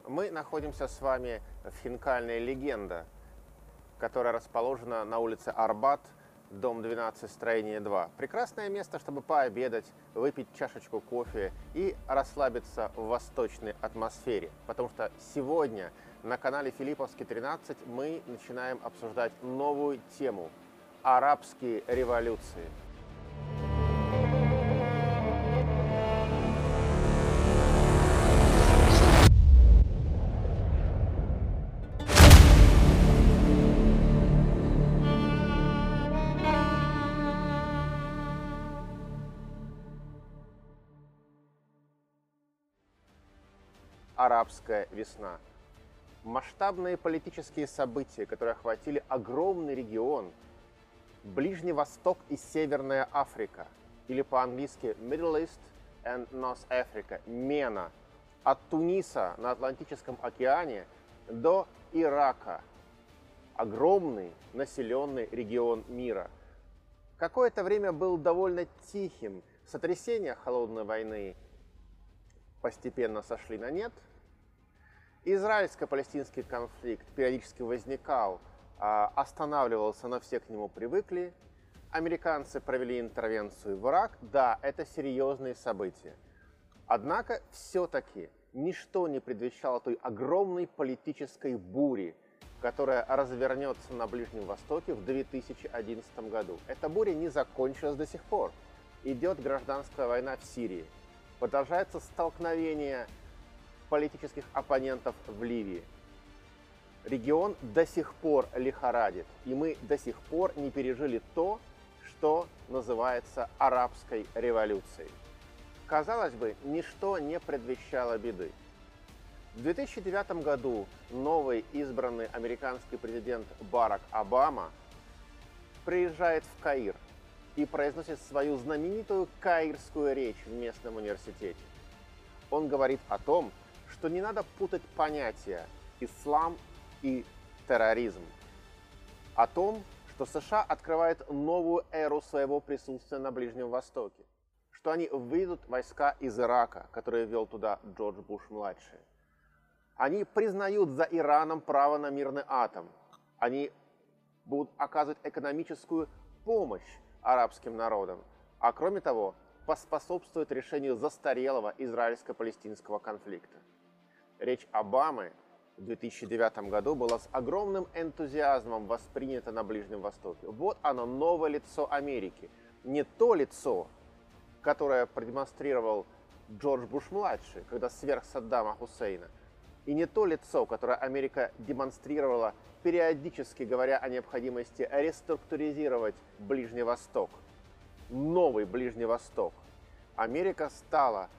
Мы находимся с вами в хинкальной «Легенда», которая расположена на улице Арбат, дом 12, строение 2. Прекрасное место, чтобы пообедать, выпить чашечку кофе и расслабиться в восточной атмосфере. Потому что сегодня на канале Филипповский 13 мы начинаем обсуждать новую тему – арабские революции. Арабская весна. Масштабные политические события, которые охватили огромный регион, Ближний Восток и Северная Африка, или по-английски Middle East and North Africa, МЕНА, от Туниса на Атлантическом океане до Ирака. Огромный населенный регион мира. Какое-то время был довольно тихим, сотрясения холодной войны постепенно сошли на нет. Израильско-палестинский конфликт периодически возникал, останавливался, но все к нему привыкли. Американцы провели интервенцию в Ирак. Да, это серьезные события. Однако все-таки ничто не предвещало той огромной политической бури, которая развернется на Ближнем Востоке в 2011 году. Эта буря не закончилась до сих пор. Идет гражданская война в Сирии. Продолжается столкновение политических оппонентов в Ливии. Регион до сих пор лихорадит, и мы до сих пор не пережили то, что называется арабской революцией. Казалось бы, ничто не предвещало беды. В 2009 году новый избранный американский президент Барак Обама приезжает в Каир и произносит свою знаменитую каирскую речь в местном университете. Он говорит о том, что не надо путать понятия ислам и терроризм. О том, что США открывает новую эру своего присутствия на Ближнем Востоке. Что они выведут войска из Ирака, которые ввел туда Джордж Буш-младший. Они признают за Ираном право на мирный атом. Они будут оказывать экономическую помощь арабским народам. А кроме того, поспособствует решению застарелого израильско-палестинского конфликта. Речь Обамы в 2009 году была с огромным энтузиазмом воспринята на Ближнем Востоке. Вот оно, новое лицо Америки. Не то лицо, которое продемонстрировал Джордж Буш-младший, когда сверх Саддама Хусейна, и не то лицо, которое Америка демонстрировала, периодически говоря о необходимости реструктуризировать Ближний Восток. Новый Ближний Восток. Америка стала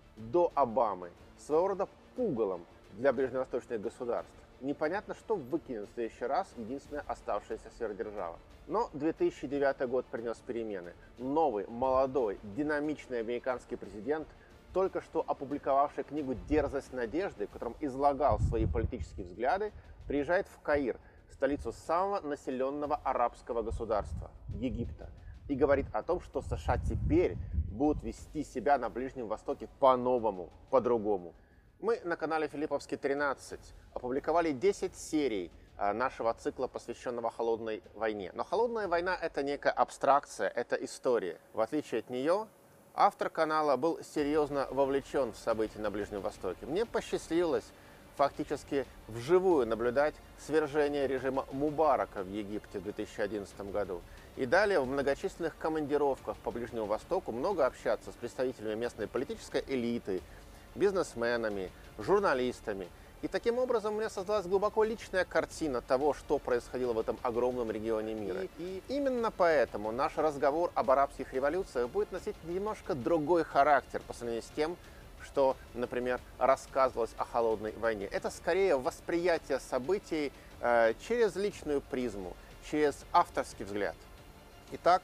до Обамы своего рода пугалом для ближневосточных государств. Непонятно, что выкинет в следующий раз единственная оставшаяся сверхдержава. Но 2009 год принес перемены. Новый, молодой, динамичный американский президент, только что опубликовавший книгу «Дерзость надежды», в котором излагал свои политические взгляды, приезжает в Каир, столицу самого населенного арабского государства – Египта, и говорит о том, что США теперь будут вести себя на Ближнем Востоке по-новому, по-другому. Мы на канале Филипповский 13 опубликовали 10 серий нашего цикла, посвященного холодной войне. Но холодная война – это некая абстракция, это история. В отличие от нее, автор канала был серьезно вовлечен в события на Ближнем Востоке. Мне посчастливилось фактически вживую наблюдать свержение режима Мубарака в Египте в 2011 году. И далее в многочисленных командировках по Ближнему Востоку много общаться с представителями местной политической элиты, бизнесменами, журналистами. И таким образом у меня создалась глубоко личная картина того, что происходило в этом огромном регионе мира. И именно поэтому наш разговор об арабских революциях будет носить немножко другой характер по сравнению с тем, что, например, рассказывалось о холодной войне. Это скорее восприятие событий через личную призму, через авторский взгляд. Итак,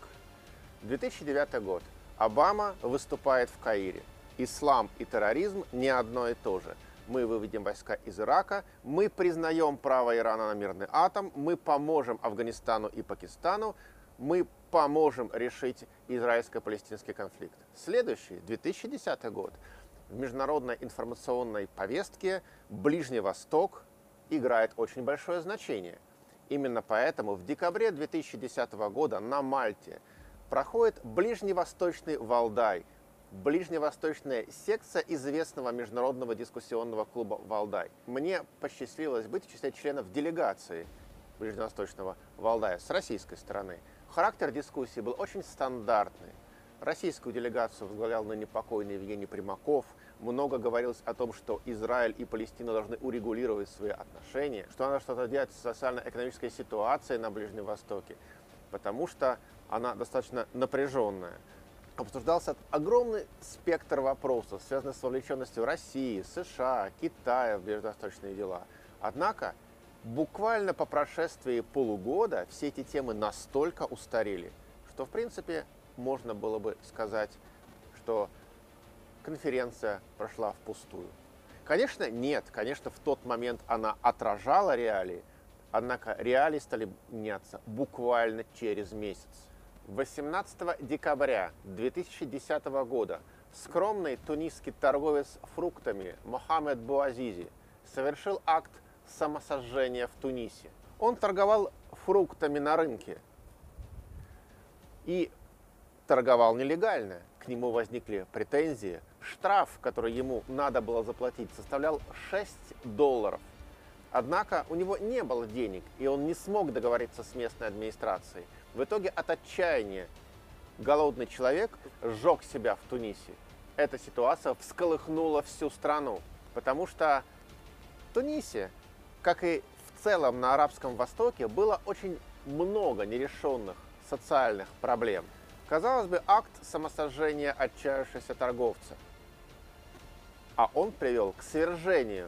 2009 год. Обама выступает в Каире. Ислам и терроризм не одно и то же. Мы выведем войска из Ирака, мы признаем право Ирана на мирный атом, мы поможем Афганистану и Пакистану, мы поможем решить израильско-палестинский конфликт. Следующий, 2010 год. В международной информационной повестке Ближний Восток играет очень большое значение. Именно поэтому в декабре 2010 года на Мальте проходит Ближневосточный Валдай, ближневосточная секция известного международного дискуссионного клуба «Валдай». Мне посчастливилось быть в числе членов делегации Ближневосточного Валдая с российской стороны. Характер дискуссии был очень стандартный. Российскую делегацию возглавлял ныне покойный Евгений Примаков. Много говорилось о том, что Израиль и Палестина должны урегулировать свои отношения, что надо что-то делать с социально-экономической ситуацией на Ближнем Востоке, потому что она достаточно напряженная. Обсуждался огромный спектр вопросов, связанных с вовлеченностью России, США, Китая в ближневосточные дела. Однако, буквально по прошествии полугода все эти темы настолько устарели, что, в принципе, можно было бы сказать, что конференция прошла впустую. Конечно, нет. Конечно, в тот момент она отражала реалии, однако реалии стали меняться буквально через месяц. 18 декабря 2010 года скромный тунисский торговец фруктами Мохаммед Буазизи совершил акт самосожжения в Тунисе. Он торговал фруктами на рынке и торговал нелегально. К нему возникли претензии. Штраф, который ему надо было заплатить, составлял $6. Однако у него не было денег, и он не смог договориться с местной администрацией. В итоге от отчаяния голодный человек сжег себя в Тунисе. Эта ситуация всколыхнула всю страну, потому что в Тунисе, как и в целом на Арабском Востоке, было очень много нерешенных социальных проблем. Казалось бы, акт самосожжения отчаявшегося торговца. А он привел к свержению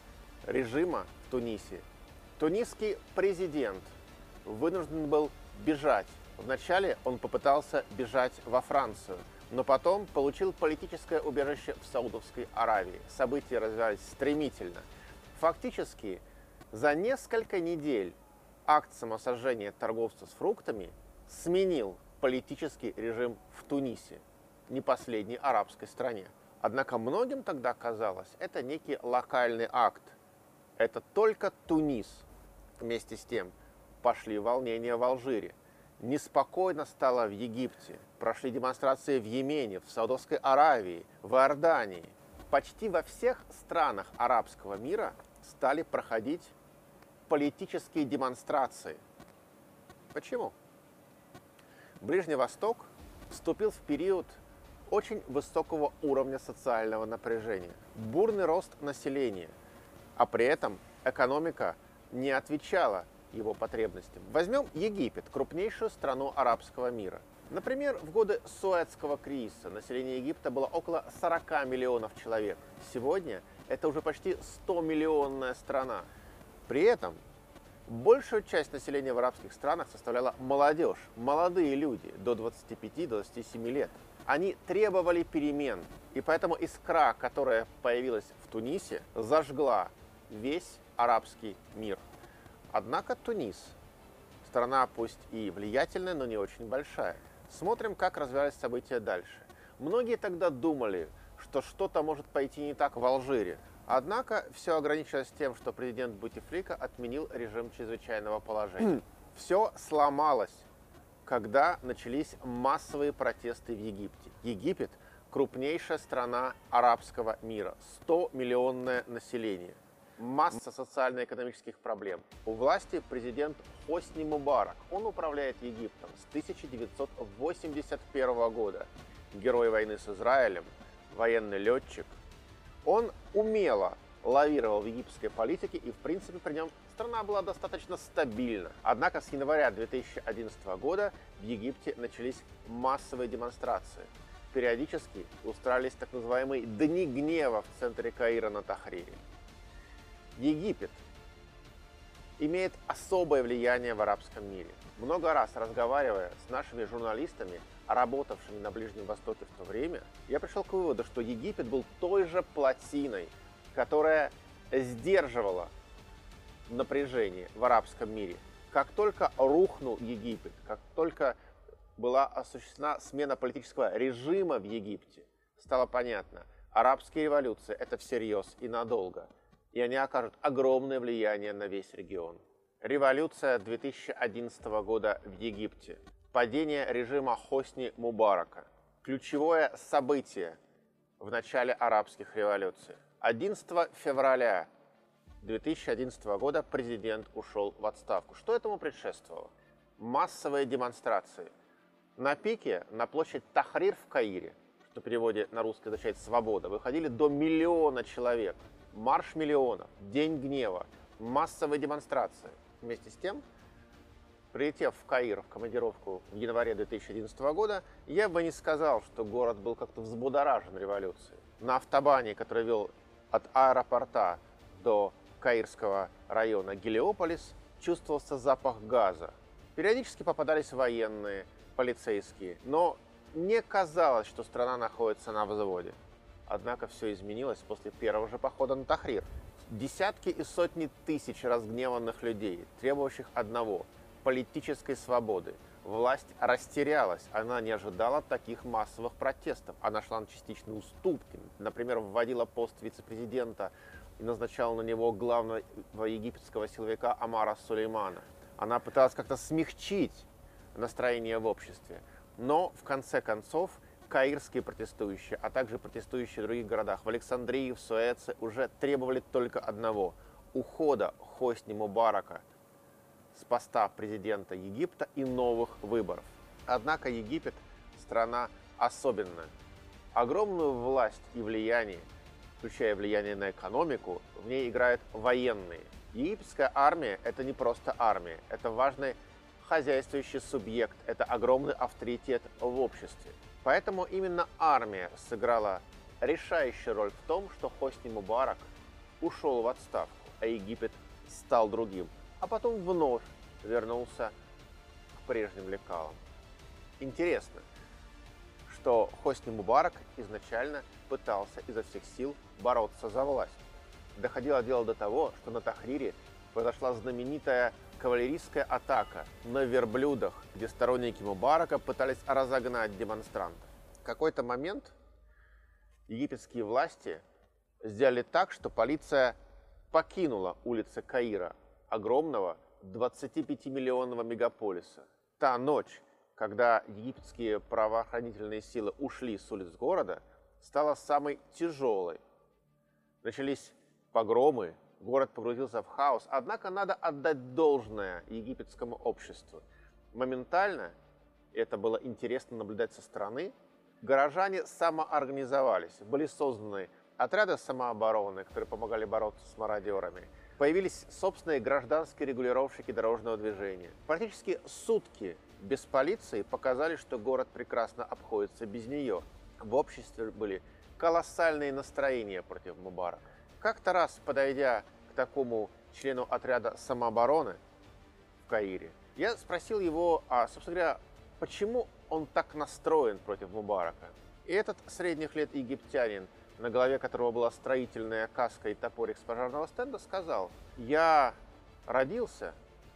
режима в Тунисе. Тунисский президент вынужден был бежать. Вначале он попытался бежать во Францию, но потом получил политическое убежище в Саудовской Аравии. События развивались стремительно. Фактически, за несколько недель акт самосожжения торговца с фруктами сменил политический режим в Тунисе, не последней арабской стране. Однако многим тогда казалось, это некий локальный акт. Это только Тунис. Вместе с тем пошли волнения в Алжире. Неспокойно стало в Египте. Прошли демонстрации в Йемене, в Саудовской Аравии, в Иордании. Почти во всех странах арабского мира стали проходить политические демонстрации. Почему? Ближний Восток вступил в период очень высокого уровня социального напряжения. Бурный рост населения, а при этом экономика не отвечала его потребностям. Возьмем Египет, крупнейшую страну арабского мира. Например, в годы Суэцкого кризиса население Египта было около 40 миллионов человек. Сегодня это уже почти 100-миллионная страна. При этом большую часть населения в арабских странах составляла молодежь, молодые люди до 25-27 лет. Они требовали перемен, и поэтому искра, которая появилась в Тунисе, зажгла весь арабский мир. Однако Тунис – страна пусть и влиятельная, но не очень большая. Смотрим, как развивались события дальше. Многие тогда думали, что что-то может пойти не так в Алжире. Однако все ограничилось тем, что президент Бутефлика отменил режим чрезвычайного положения. Все сломалось, когда начались массовые протесты в Египте. Египет – крупнейшая страна арабского мира, 100-миллионное население. Масса социально-экономических проблем. У власти президент Хосни Мубарак. Он управляет Египтом с 1981 года. Герой войны с Израилем, военный летчик. Он умело лавировал в египетской политике, и, в принципе, при нем страна была достаточно стабильна. Однако с января 2011 года в Египте начались массовые демонстрации. Периодически устраивались так называемые «дни гнева» в центре Каира на Тахрире. Египет имеет особое влияние в арабском мире. Много раз разговаривая с нашими журналистами, работавшими на Ближнем Востоке в то время, я пришел к выводу, что Египет был той же плотиной, которая сдерживала напряжение в арабском мире. Как только рухнул Египет, как только была осуществлена смена политического режима в Египте, стало понятно, Арабские революции – это всерьез и надолго, и они окажут огромное влияние на весь регион. Революция 2011 года в Египте. Падение режима Хосни Мубарака. Ключевое событие в начале арабских революций. 11 февраля 2011 года президент ушел в отставку. Что этому предшествовало? Массовые демонстрации. На пике на площадь Тахрир в Каире, что в переводе на русский означает «свобода», выходили до 1 миллиона человек. Марш миллионов, День гнева, массовые демонстрации. Вместе с тем, прилетев в Каир в командировку в январе 2011 года, я бы не сказал, что город был как-то взбудоражен революцией. На автобане, который вел от аэропорта до каирского района Гелиополис, чувствовался запах газа. Периодически попадались военные, полицейские, но не казалось, что страна находится на взводе. Однако все изменилось после первого же похода на Тахрир. Десятки и сотни тысяч разгневанных людей, требующих одного – политической свободы. Власть растерялась, она не ожидала таких массовых протестов. Она шла на частичные уступки. Например, вводила пост вице-президента и назначала на него главного египетского силовика Амара Сулеймана. Она пыталась как-то смягчить настроение в обществе. Но в конце концов каирские протестующие, а также протестующие в других городах, в Александрии, в Суэце, уже требовали только одного – ухода Хосни Мубарака с поста президента Египта и новых выборов. Однако Египет – страна особенная. Огромную власть и влияние, включая влияние на экономику, в ней играют военные. Египетская армия – это не просто армия, это важный хозяйствующий субъект, это огромный авторитет в обществе. Поэтому именно армия сыграла решающую роль в том, что Хосни Мубарак ушел в отставку, а Египет стал другим, а потом вновь вернулся к прежним лекалам. Интересно, что Хосни Мубарак изначально пытался изо всех сил бороться за власть. Доходило дело до того, что на Тахрире произошла знаменитая кавалерийская атака на верблюдах, где сторонники Мубарака пытались разогнать демонстрантов. В какой-то момент египетские власти сделали так, что полиция покинула улицы Каира, огромного 25-миллионного мегаполиса. Та ночь, когда египетские правоохранительные силы ушли с улиц города, стала самой тяжелой. Начались погромы, город погрузился в хаос, однако надо отдать должное египетскому обществу. Моментально, это было интересно наблюдать со стороны, горожане самоорганизовались, были созданы отряды самообороны, которые помогали бороться с мародерами. Появились собственные гражданские регулировщики дорожного движения. Практически сутки без полиции показали, что город прекрасно обходится без нее. В обществе были колоссальные настроения против Мубарака. Как-то раз, подойдя к такому члену отряда самообороны в Каире, я спросил его, собственно говоря, почему он так настроен против Мубарака. И этот средних лет египтянин, на голове которого была строительная каска и топорик с пожарного стенда, сказал: «Я родился,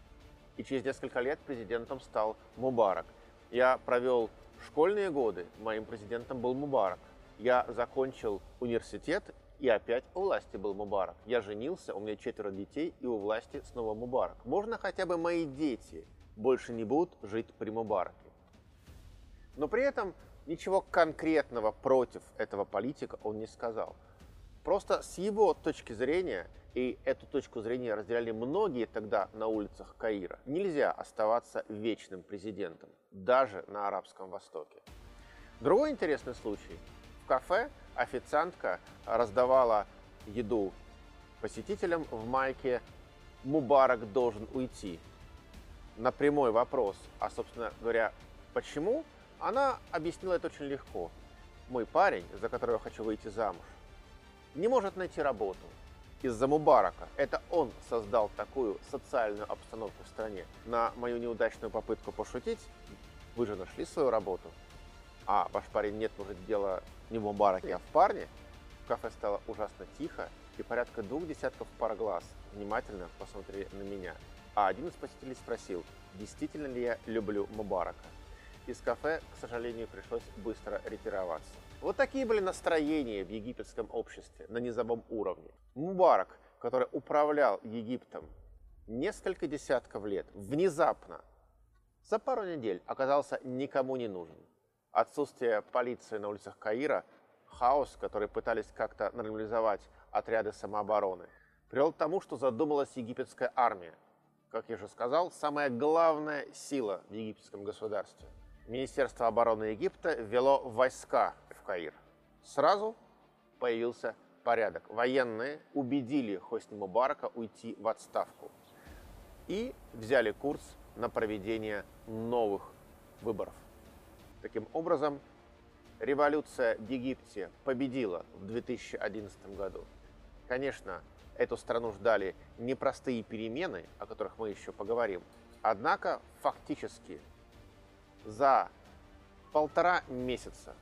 и через несколько лет президентом стал Мубарак. Я провел школьные годы, моим президентом был Мубарак. Я закончил университет, и опять у власти был Мубарак. Я женился, у меня 4 детей, и у власти снова Мубарак. Можно хотя бы мои дети больше не будут жить при Мубараке?» Но при этом ничего конкретного против этого политика он не сказал. Просто с его точки зрения, и эту точку зрения разделяли многие тогда на улицах Каира, нельзя оставаться вечным президентом, даже на Арабском Востоке. Другой интересный случай. В кафе официантка раздавала еду посетителям в майке «Мубарак должен уйти». На прямой вопрос, собственно говоря, почему, она объяснила это очень легко. Мой парень, за которого я хочу выйти замуж, не может найти работу из-за Мубарака. Это он создал такую социальную обстановку в стране. На мою неудачную попытку пошутить: вы же нашли свою работу, а ваш парень нет, может, дело не в Мубараке, а в парне. В кафе стало ужасно тихо, и порядка 2 десятков пар глаз внимательно посмотрели на меня. А один из посетителей спросил, действительно ли я люблю Мубарака. Из кафе, к сожалению, пришлось быстро ретироваться. Вот такие были настроения в египетском обществе на низовом уровне. Мубарак, который управлял Египтом несколько десятков лет, внезапно, за пару недель оказался никому не нужен. Отсутствие полиции на улицах Каира, хаос, который пытались как-то нормализовать отряды самообороны, привел к тому, что задумалась египетская армия. Как я уже сказал, самая главная сила в египетском государстве. Министерство обороны Египта ввело войска в Каир. Сразу появился порядок. Военные убедили Хосни Мубарака уйти в отставку и взяли курс на проведение новых выборов. Таким образом, революция в Египте победила в 2011 году. Конечно, эту страну ждали непростые перемены, о которых мы еще поговорим. Однако, фактически, за 1,5 месяца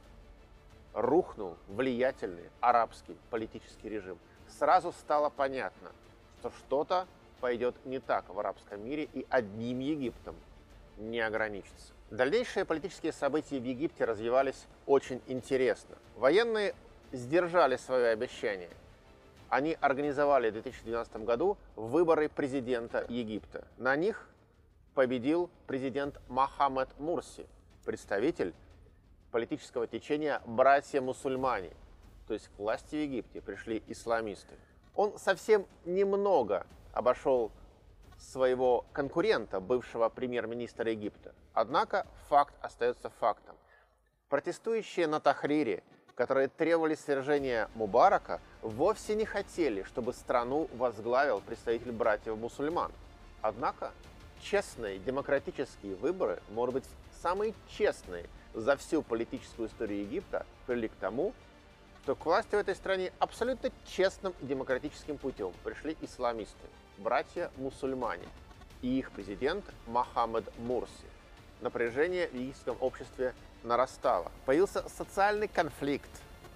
рухнул влиятельный арабский политический режим. Сразу стало понятно, что что-то пойдет не так в арабском мире и одним Египтом не ограничится. Дальнейшие политические события в Египте развивались очень интересно. Военные сдержали свое обещание. Они организовали в 2012 году выборы президента Египта. На них победил президент Мохаммед Мурси, представитель политического течения «Братья-мусульмане». То есть к власти в Египте пришли исламисты. Он совсем немного обошел своего конкурента, бывшего премьер-министра Египта. Однако факт остается фактом. Протестующие на Тахрире, которые требовали свержения Мубарака, вовсе не хотели, чтобы страну возглавил представитель братьев-мусульман. Однако честные демократические выборы, может быть, самые честные за всю политическую историю Египта, привели к тому, что к власти в этой стране абсолютно честным и демократическим путем пришли исламисты, братья-мусульмане, и их президент Мохаммед Мурси. Напряжение в египетском обществе нарастало. Появился социальный конфликт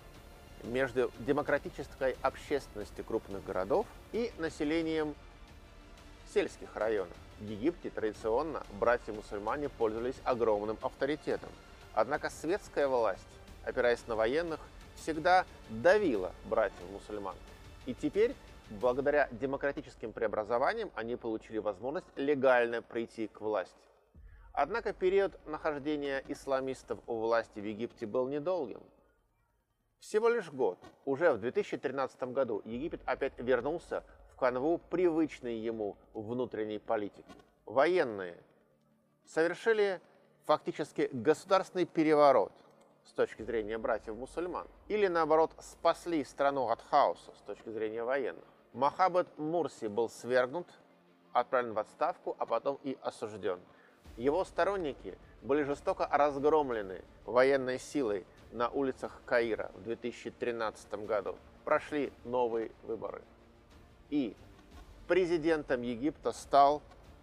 между демократической общественностью крупных городов и населением сельских районов. В Египте традиционно братья-мусульмане пользовались огромным авторитетом. Однако светская власть, опираясь на военных, всегда давила братьев-мусульман. И теперь, благодаря демократическим преобразованиям, они получили возможность легально прийти к власти. Однако период нахождения исламистов у власти в Египте был недолгим. Всего лишь год. Уже в 2013 году Египет опять вернулся в канву привычной ему внутренней политики. Военные совершили фактически государственный переворот с точки зрения братьев-мусульман. Или, наоборот, спасли страну от хаоса с точки зрения военных. Мохаммед Мурси был свергнут, отправлен в отставку, а потом и осужден. Его сторонники были жестоко разгромлены военной силой на улицах Каира в 2013 году. Прошли новые выборы. И президентом Египта стал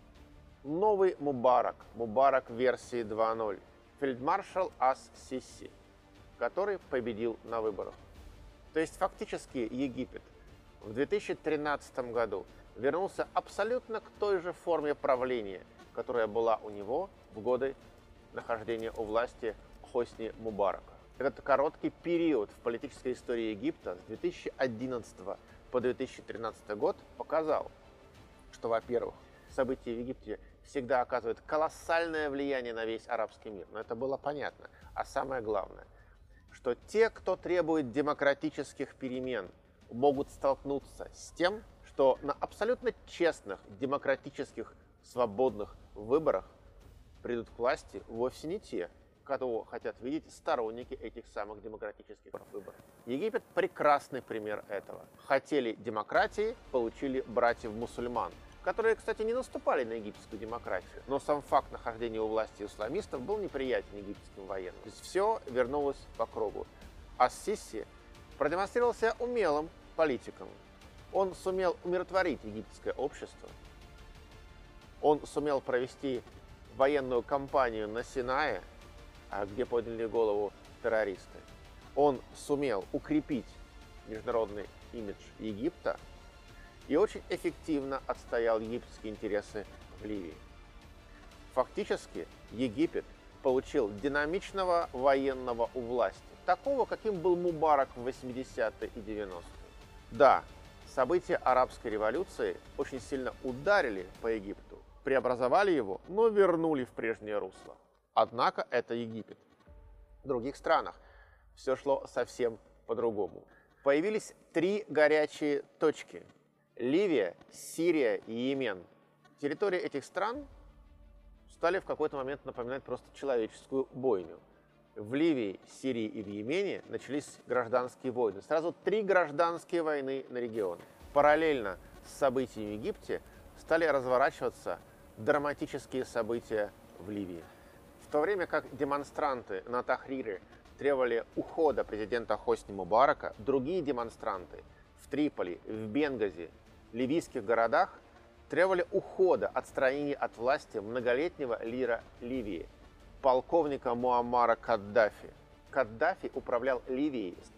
новый Мубарак, Мубарак версии 2.0, фельдмаршал Ас-Сиси, который победил на выборах. То есть фактически Египет в 2013 году вернулся абсолютно к той же форме правления, которая была у него в годы нахождения у власти Хосни Мубарака. Этот короткий период в политической истории Египта с 2011 по 2013 год показал, что, во-первых, события в Египте всегда оказывают колоссальное влияние на весь арабский мир, но это было понятно. А самое главное, что те, кто требует демократических перемен, могут столкнуться с тем, что на абсолютно честных, демократических, свободных выборах придут к власти вовсе не те, кого хотят видеть сторонники этих самых демократических выборов. Египет – прекрасный пример этого. Хотели демократии, получили братьев-мусульман, которые, кстати, не наступали на египетскую демократию. Но сам факт нахождения у власти исламистов был неприятен египетским военным. То есть все вернулось по кругу. Ас-Сиси продемонстрировал себя умелым политиком. Он сумел умиротворить египетское общество. Он сумел провести военную кампанию на Синае, где подняли голову террористы. Он сумел укрепить международный имидж Египта и очень эффективно отстоял египетские интересы в Ливии. Фактически Египет получил динамичного военного у власти, такого, каким был Мубарак в 80-е и 90-е. Да, события арабской революции очень сильно ударили по Египту, преобразовали его, но вернули в прежнее русло. Однако это Египет. В других странах все шло совсем по-другому. Появились три горячие точки – Ливия, Сирия и Йемен. Территории этих стран стали в какой-то момент напоминать просто человеческую бойню. В Ливии, Сирии и в Йемене начались гражданские войны. Сразу три гражданские войны на регион. Параллельно с событиями в Египте стали разворачиваться драматические события в Ливии. В то время как демонстранты на Тахрире требовали ухода президента Хосни Мубарака, другие демонстранты в Триполи, в Бенгази, ливийских городах требовали ухода, отстранения от власти многолетнего лидера Ливии, полковника Муаммара Каддафи. Каддафи управлял Ливией с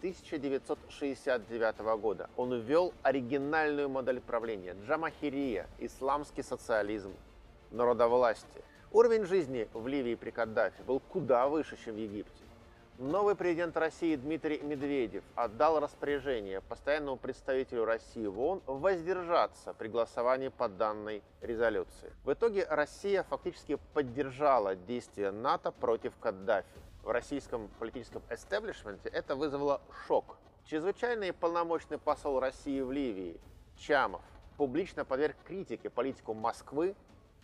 1969 года. Он ввел оригинальную модель правления – джамахирия, исламский социализм, народовластие. Уровень жизни в Ливии при Каддафи был куда выше, чем в Египте. Новый президент России Дмитрий Медведев отдал распоряжение постоянному представителю России в ООН воздержаться при голосовании по данной резолюции. В итоге Россия фактически поддержала действия НАТО против Каддафи. В российском политическом эстеблишменте это вызвало шок. Чрезвычайный полномочный посол России в Ливии Чамов публично подверг критике политику Москвы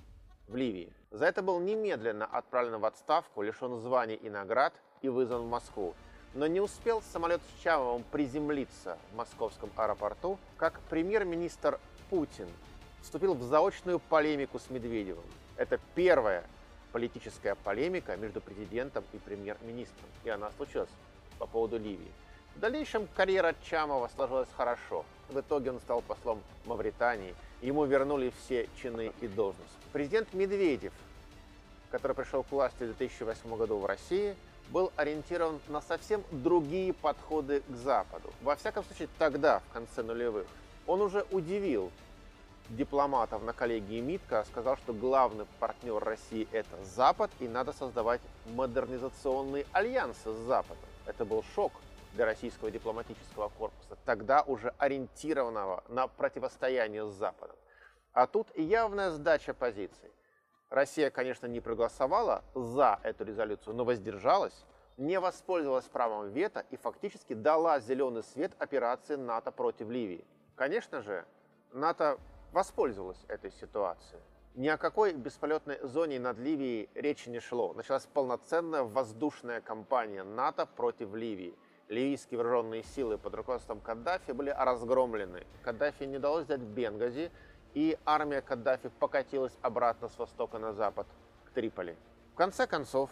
в Ливии. За это был немедленно отправлен в отставку, лишен званий и наград и вызван в Москву. Но не успел самолет с Чамовым приземлиться в московском аэропорту, как премьер-министр Путин вступил в заочную полемику с Медведевым. Это первая политическая полемика между президентом и премьер-министром, и она случилась по поводу Ливии. В дальнейшем карьера Чамова сложилась хорошо. В итоге он стал послом Мавритании, ему вернули все чины и должности. Президент Медведев, который пришел к власти в 2008 году в России, был ориентирован на совсем другие подходы к Западу. Во всяком случае, тогда, в конце нулевых, он уже удивил дипломатов на коллегии МИДКа, сказал, что главный партнер России – это Запад, и надо создавать модернизационные альянсы с Западом. Это был шок для российского дипломатического корпуса, тогда уже ориентированного на противостояние с Западом. А тут явная сдача позиций. Россия, конечно, не проголосовала за эту резолюцию, но воздержалась, не воспользовалась правом вето и фактически дала зеленый свет операции НАТО против Ливии. Конечно же, НАТО воспользовалась этой ситуацией. Ни о какой бесполетной зоне над Ливией речи не шло. Началась полноценная воздушная кампания НАТО против Ливии. Ливийские вооруженные силы под руководством Каддафи были разгромлены. Каддафи не удалось взять Бенгази, и армия Каддафи покатилась обратно с востока на запад, к Триполи. В конце концов,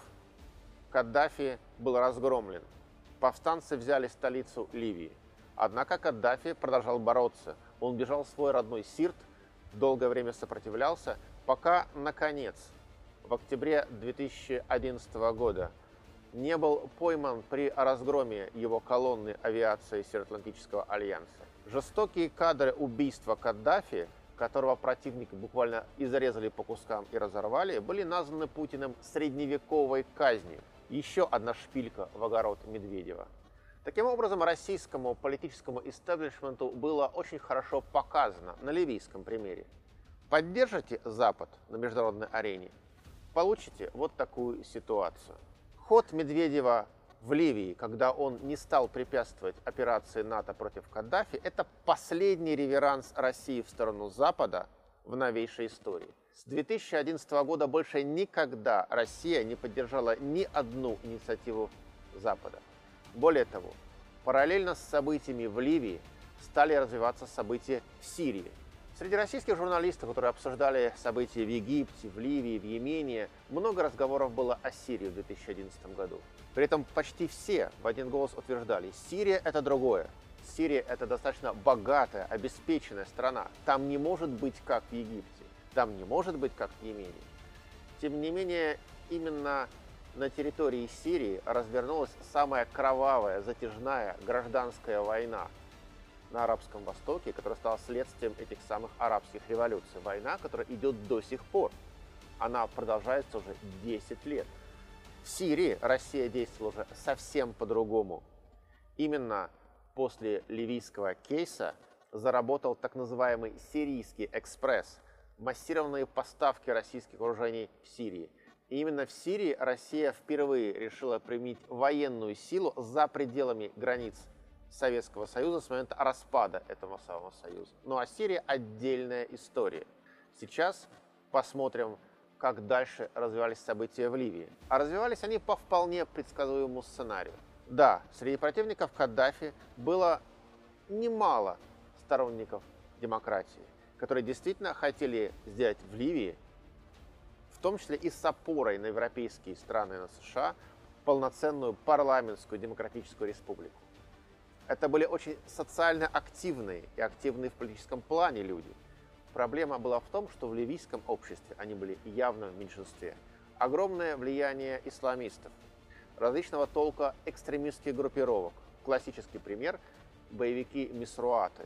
Каддафи был разгромлен. Повстанцы взяли столицу Ливии. Однако Каддафи продолжал бороться. Он бежал в свой родной Сирт, долгое время сопротивлялся, пока, наконец, в октябре 2011 года не был пойман при разгроме его колонны авиации Североатлантического альянса. Жестокие кадры убийства Каддафи, которого противники буквально изрезали по кускам и разорвали, были названы Путиным средневековой казнью. Еще одна шпилька в огород Медведева. Таким образом, российскому политическому истеблишменту было очень хорошо показано на ливийском примере. Поддержите Запад на международной арене, получите вот такую ситуацию. Ход Медведева в Ливии, когда он не стал препятствовать операции НАТО против Каддафи, это последний реверанс России в сторону Запада в новейшей истории. С 2011 года больше никогда Россия не поддержала ни одну инициативу Запада. Более того, параллельно с событиями в Ливии стали развиваться события в Сирии. Среди российских журналистов, которые обсуждали события в Египте, в Ливии, в Йемене, много разговоров было о Сирии в 2011 году. При этом почти все в один голос утверждали, Сирия – это другое. Сирия – это достаточно богатая, обеспеченная страна. Там не может быть как в Египте, там не может быть как в Йемене. Тем не менее, именно на территории Сирии развернулась самая кровавая, затяжная гражданская война на Арабском Востоке, которая стала следствием этих самых арабских революций. Война, которая идет до сих пор. Она продолжается уже 10 лет. В Сирии Россия действовала уже совсем по-другому. Именно после ливийского кейса заработал так называемый «Сирийский экспресс» – массированные поставки российских вооружений в Сирии. И именно в Сирии Россия впервые решила применить военную силу за пределами границ Советского Союза с момента распада этого самого Союза. Ну а Сирия – отдельная история. Сейчас посмотрим, как дальше развивались события в Ливии. А развивались они по вполне предсказуемому сценарию. Да, среди противников Каддафи было немало сторонников демократии, которые действительно хотели сделать в Ливии, в том числе и с опорой на европейские страны и на США, полноценную парламентскую демократическую республику. Это были очень социально активные и активные в политическом плане люди. Проблема была в том, что в ливийском обществе они были явно в меньшинстве. Огромное влияние исламистов, различного толка экстремистских группировок. Классический пример – боевики Мисруаты.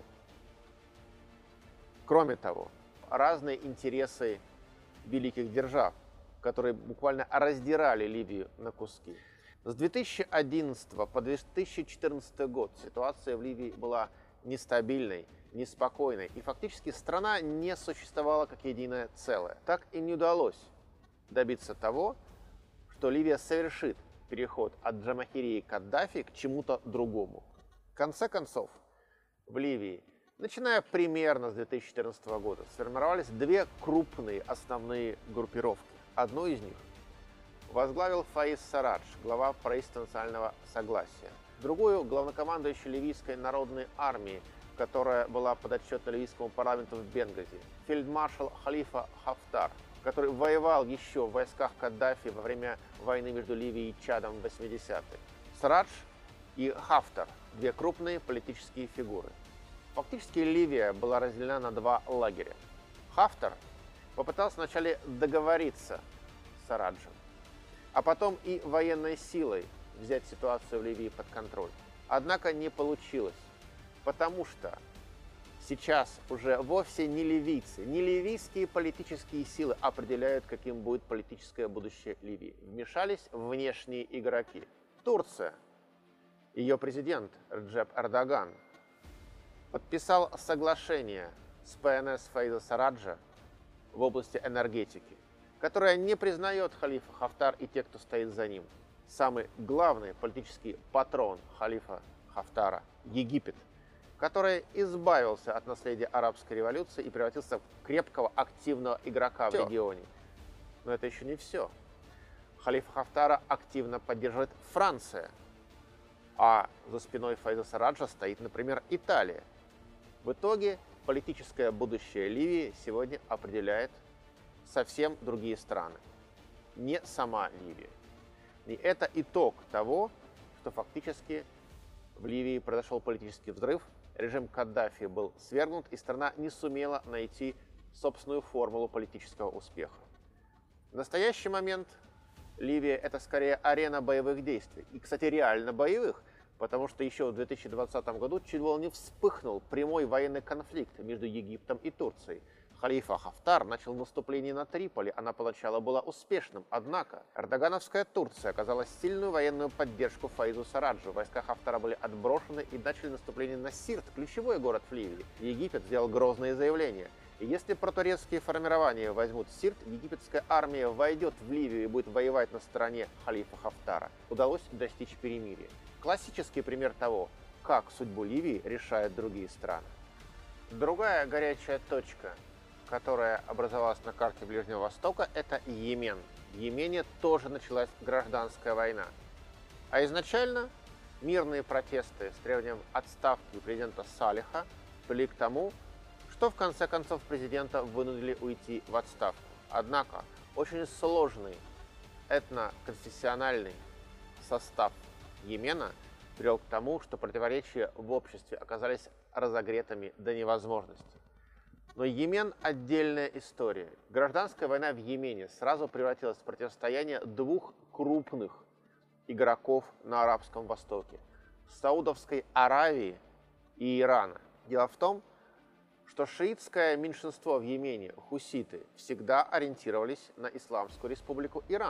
Кроме того, разные интересы великих держав, которые буквально раздирали Ливию на куски. С 2011 по 2014 год ситуация в Ливии была нестабильной, неспокойной, и фактически страна не существовала как единое целое. Так и не удалось добиться того, что Ливия совершит переход от Джамахирии Каддафи к чему-то другому. В конце концов, в Ливии, начиная примерно с 2014 года, сформировались две крупные основные группировки. Одну из них возглавил Фаиз Сарадж, глава правительства национального согласия. Другую – главнокомандующий ливийской народной армии, которая была подотчетна ливийскому парламенту в Бенгази, фельдмаршал Халифа Хафтар, который воевал еще в войсках Каддафи во время войны между Ливией и Чадом в 80-е. Сарадж и Хафтар – две крупные политические фигуры. Фактически Ливия была разделена на два лагеря. Хафтар попытался вначале договориться с Сараджем, а потом и военной силой взять ситуацию в Ливии под контроль. Однако не получилось, потому что сейчас уже вовсе не ливийцы, не ливийские политические силы определяют, каким будет политическое будущее Ливии. Вмешались внешние игроки. Турция, ее президент Реджеп Эрдоган, подписал соглашение с ПНС Фаиза Сараджа в области энергетики, которая не признает халифа Хафтар и тех, кто стоит за ним. Самый главный политический патрон халифа Хафтара – Египет, который избавился от наследия арабской революции и превратился в крепкого, активного игрока в регионе. Но это еще не все. Халифа Хафтара активно поддерживает Франция, а за спиной Фаиза Сараджа стоит, например, Италия. В итоге политическое будущее Ливии сегодня определяет совсем другие страны, не сама Ливия. И это итог того, что фактически в Ливии произошел политический взрыв, режим Каддафи был свергнут, и страна не сумела найти собственную формулу политического успеха. В настоящий момент Ливия – это скорее арена боевых действий. И, кстати, реально боевых, потому что еще в 2020 году чуть было не вспыхнул прямой военный конфликт между Египтом и Турцией. Халифа Хафтар начал наступление на Триполи, оно поначалу было успешным, однако эрдогановская Турция оказала сильную военную поддержку Фаизу Сараджу. Войска Хафтара были отброшены и начали наступление на Сирт, ключевой город в Ливии. Египет сделал грозные заявления. И если протурецкие формирования возьмут Сирт, египетская армия войдет в Ливию и будет воевать на стороне халифа Хафтара. Удалось достичь перемирия. Классический пример того, как судьбу Ливии решают другие страны. Другая горячая точка, которая образовалась на карте Ближнего Востока, это Йемен. В Йемене тоже началась гражданская война. А изначально мирные протесты с требованием отставки президента Салиха привели к тому, что в конце концов президента вынудили уйти в отставку. Однако очень сложный этноконфессиональный состав Йемена привел к тому, что противоречия в обществе оказались разогретыми до невозможности. Но Йемен – отдельная история. Гражданская война в Йемене сразу превратилась в противостояние двух крупных игроков на Арабском Востоке – Саудовской Аравии и Ирана. Дело в том, что шиитское меньшинство в Йемене, хуситы, всегда ориентировались на Исламскую республику Иран.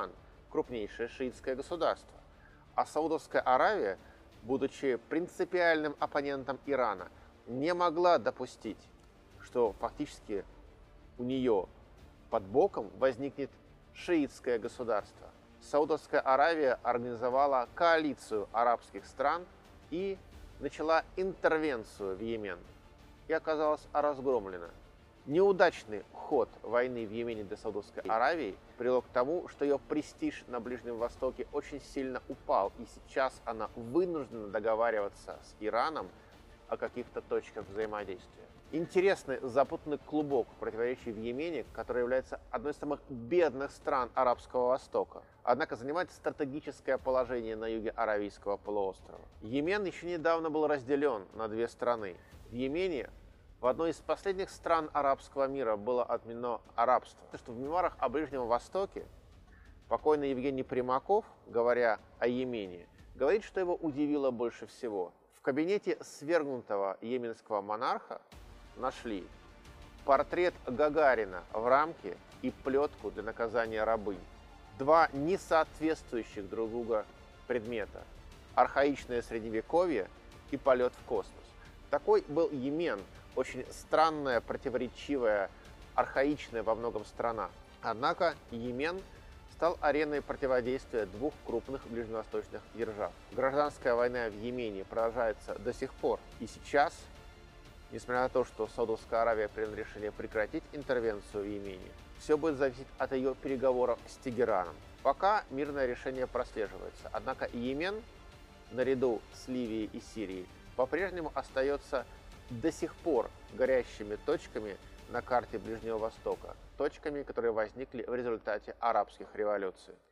крупнейшее шиитское государство. А Саудовская Аравия, будучи принципиальным оппонентом Ирана, не могла допустить, что фактически у нее под боком возникнет шиитское государство. Саудовская Аравия организовала коалицию арабских стран и начала интервенцию в Йемен и оказалась разгромлена. Неудачный ход войны в Йемене для Саудовской Аравии привел к тому, что ее престиж на Ближнем Востоке очень сильно упал, и сейчас она вынуждена договариваться с Ираном о каких-то точках взаимодействия. Интересный запутанный клубок противоречий в Йемене, который является одной из самых бедных стран Арабского Востока, однако занимает стратегическое положение на юге Аравийского полуострова. Йемен еще недавно был разделен на две страны. В Йемене в одной из последних стран арабского мира было отменено рабство. Что в мемуарах о Ближнем Востоке покойный Евгений Примаков, говоря о Йемене, говорит, что его удивило больше всего. В кабинете свергнутого йеменского монарха нашли портрет Гагарина в рамке и плетку для наказания рабынь. Два несоответствующих друг другу предмета. Архаичное средневековье и полет в космос. Такой был Йемен. Очень странная, противоречивая, архаичная во многом страна. Однако Йемен стал ареной противодействия двух крупных ближневосточных держав. Гражданская война в Йемене продолжается до сих пор. И сейчас, несмотря на то, что Саудовская Аравия приняла решение прекратить интервенцию в Йемене, все будет зависеть от ее переговоров с Тегераном. Пока мирное решение прослеживается. Однако Йемен, наряду с Ливией и Сирией, по-прежнему остается до сих пор горящими точками на карте Ближнего Востока, точками, которые возникли в результате арабских революций.